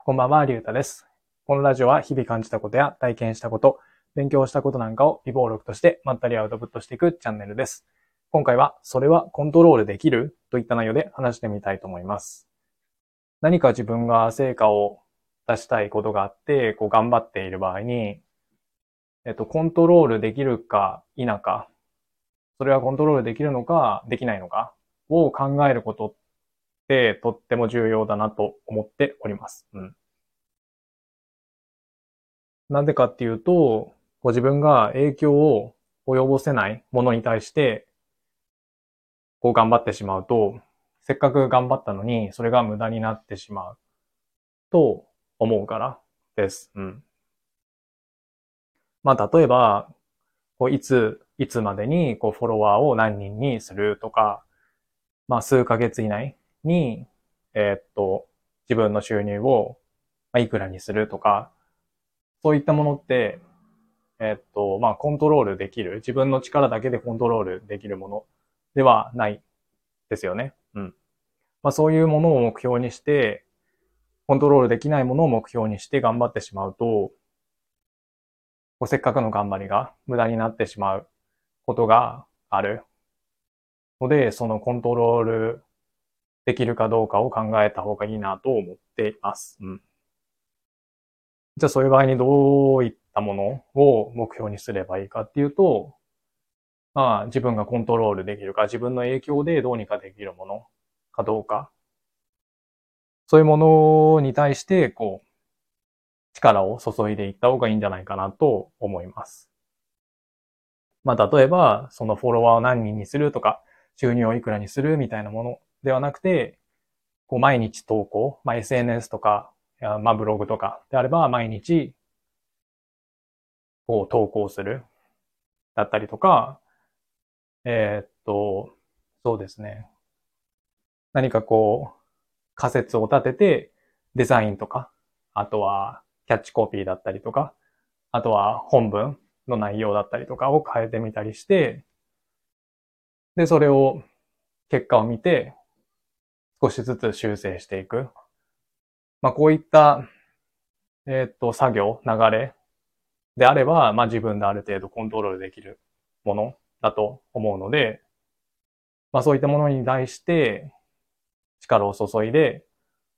こんばんは、りゅうたです。このラジオは日々感じたことや体験したこと、勉強したことなんかを微暴録としてまったりアウトプットしていくチャンネルです。今回は、それはコントロールできるといった内容で話してみたいと思います。何か自分が成果を出したいことがあって、頑張っている場合に、コントロールできるか否か、それはコントロールできるのかできないのかを考えることってとっても重要だなと思っております。なぜかっていうと、自分が影響を及ぼせないものに対して、頑張ってしまうと、せっかく頑張ったのに、それが無駄になってしまうと思うからです。まあ、例えば、いつまでに、フォロワーを何人にするとか、まあ、数ヶ月以内に、自分の収入を、いくらにするとか、そういったものって、まあ、コントロールできる、自分の力だけでコントロールできるものではないですよね。まあ、そういうものを目標にして、コントロールできないものを目標にして頑張ってしまうと、せっかくの頑張りが無駄になってしまうことがあるので、そのコントロールできるかどうかを考えた方がいいなと思っています。じゃあそういう場合にどういったものを目標にすればいいかっていうと、まあ自分がコントロールできるか、自分の影響でどうにかできるものかどうか、そういうものに対して、力を注いでいった方がいいんじゃないかなと思います。まあ例えば、そのフォロワーを何人にするとか、収入をいくらにするみたいなものではなくて、毎日投稿、まあ SNS とか、まあブログとかであれば、毎日、投稿するだったりとか、えーっと、そうですね。何か仮説を立てて、デザインとか、あとはキャッチコピーだったりとか、あとは本文の内容だったりとかを変えてみたりして、で、それを、結果を見て、少しずつ修正していく。まあ、こういった、作業、流れであれば、まあ、自分である程度コントロールできるものだと思うので、まあ、そういったものに対して力を注いで、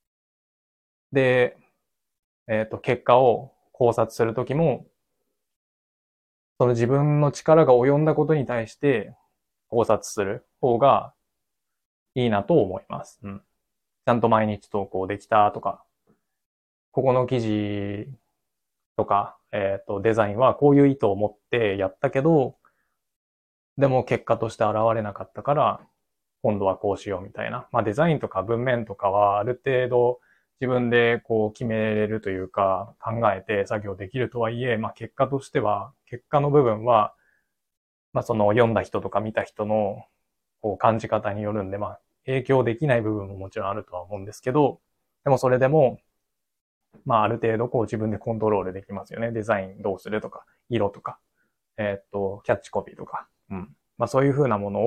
で、結果を考察するときも、その自分の力が及んだことに対して考察する方がいいなと思います。ちゃんと毎日投稿できたとか、ここの記事とか、デザインはこういう意図を持ってやったけど、でも結果として現れなかったから、今度はこうしようみたいな。まあデザインとか文面とかはある程度自分で決めれるというか考えて作業できるとはいえ、まあ結果としては、結果の部分は、まあその読んだ人とか見た人の感じ方によるんで、まあ影響できない部分ももちろんあるとは思うんですけど、でもそれでも、まあある程度自分でコントロールできますよね。デザインどうするとか、色とか、キャッチコピーとか。まあそういうふうなもの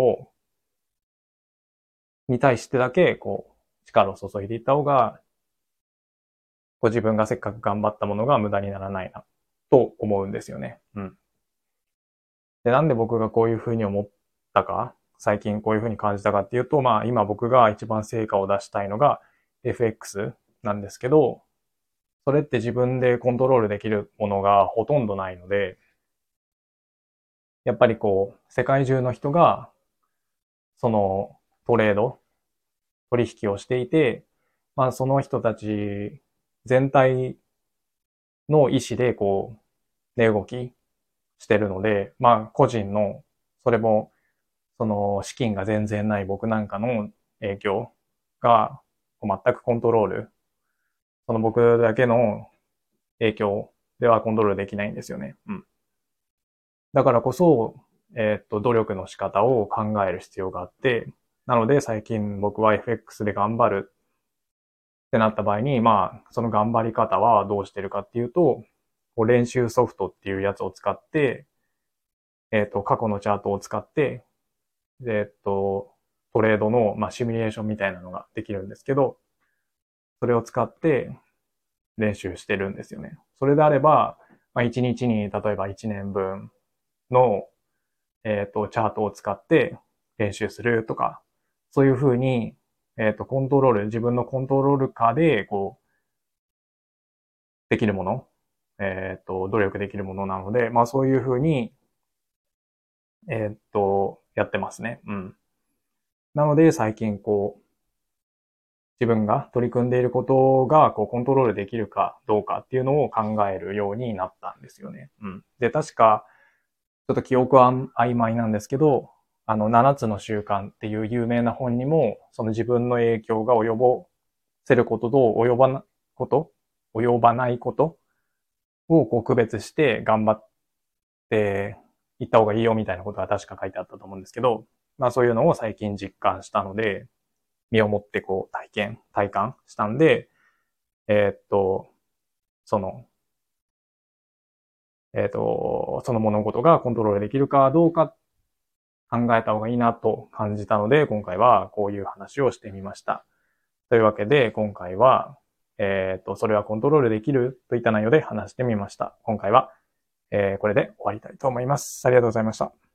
に対してだけ、力を注いでいった方が、自分がせっかく頑張ったものが無駄にならないな、と思うんですよね。で、なんで僕がこういうふうに思ったか、最近こういうふうに感じたかっていうと、まあ今僕が一番成果を出したいのが FX なんですけど、それって自分でコントロールできるものがほとんどないので、やっぱり世界中の人が、そのトレード、取引をしていて、まあその人たち全体の意思で値動きしてるので、まあ個人の、それもその資金が全然ない僕なんかの影響が全くコントロール、その僕だけの影響ではコントロールできないんですよね。だからこそ、努力の仕方を考える必要があって、なので最近僕は FX で頑張るってなった場合に、まあ、その頑張り方はどうしてるかっていうと、練習ソフトっていうやつを使って、過去のチャートを使って、で、トレードの、まあ、シミュレーションみたいなのができるんですけど、それを使って、 練習してるんですよね。それであれば、1日に例えば1年分の、チャートを使って練習するとか、そういうふうに、コントロール、自分のコントロール下で、できるもの、努力できるものなので、そういうふうに、やってますね。うん。なので、最近自分が取り組んでいることが、コントロールできるかどうかっていうのを考えるようになったんですよね。うん。で、確か、ちょっと記憶は曖昧なんですけど、7つの習慣っていう有名な本にも、その自分の影響が及ぼせることと及ばないことを区別して頑張っていった方がいいよみたいなことが確か書いてあったと思うんですけど、そういうのを最近実感したので、身をもって体感したんで、えーっと、その、その物事がコントロールできるかどうか考えた方がいいなと感じたので、今回はこういう話をしてみました。というわけで、今回は、それはコントロールできるといった内容で話してみました。今回は、これで終わりたいと思います。ありがとうございました。